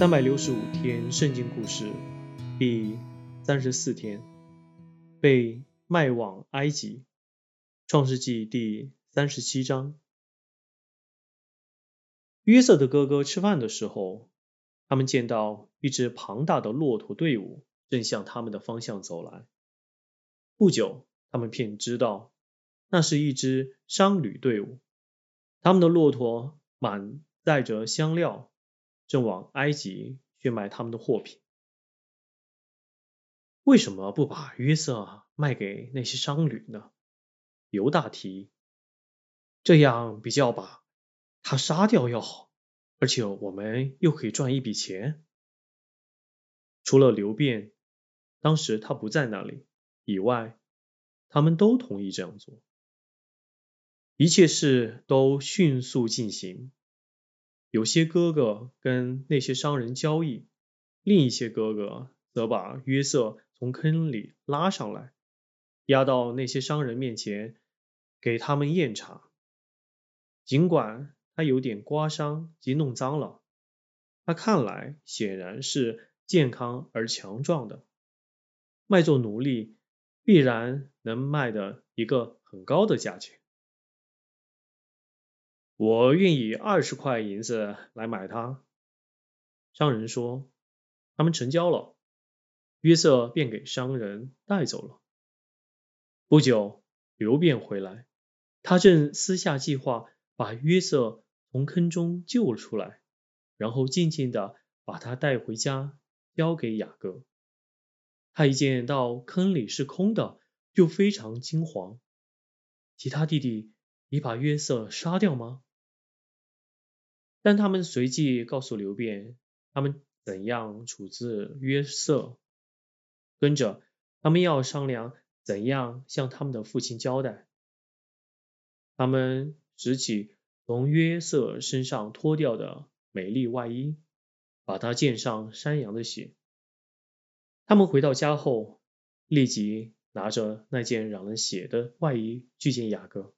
365天圣经故事第34天，被卖往埃及。创世纪第37章。约瑟的哥哥吃饭的时候，他们见到一支庞大的骆驼队伍正向他们的方向走来。不久，他们便知道那是一支商旅队伍，他们的骆驼满载着香料，正往埃及去卖他们的货品。为什么不把约瑟卖给那些商旅呢？犹大提议，这样比较把他杀掉要好，而且我们又可以赚一笔钱。除了流便，当时他不在那里以外，他们都同意这样做。一切事都迅速进行，有些哥哥跟那些商人交易，另一些哥哥则把约瑟从坑里拉上来，押到那些商人面前，给他们验查。尽管他有点刮伤及弄脏了，他看来显然是健康而强壮的，卖作奴隶必然能卖的一个很高的价钱。我愿意20块银子来买他。商人说，他们成交了，约瑟便给商人带走了。不久，流便回来，他正私下计划把约瑟从坑中救了出来，然后静静地把他带回家，交给雅各。他一见到坑里是空的，就非常惊惶。其他弟弟已把约瑟杀掉吗？但他们随即告诉流便，他们怎样处置约瑟。跟着，他们要商量怎样向他们的父亲交代。他们拾起从约瑟身上脱掉的美丽外衣，把它溅上山羊的血。他们回到家后，立即拿着那件染了血的外衣去见雅各。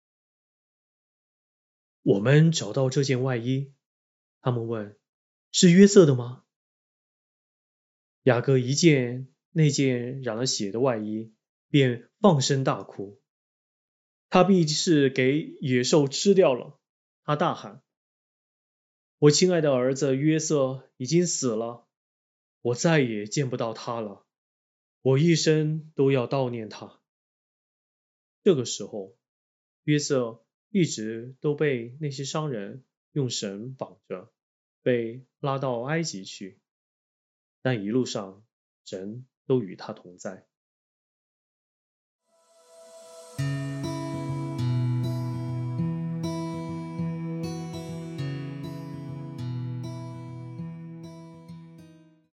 我们找到这件外衣，他们问，是约瑟的吗？雅各一见那件染了血的外衣，便放声大哭。他必是给野兽吃掉了，他大喊，我亲爱的儿子约瑟已经死了，我再也见不到他了，我一生都要悼念他。这个时候，约瑟一直都被那些商人用绳绑着，被拉到埃及去，但一路上神都与他同在。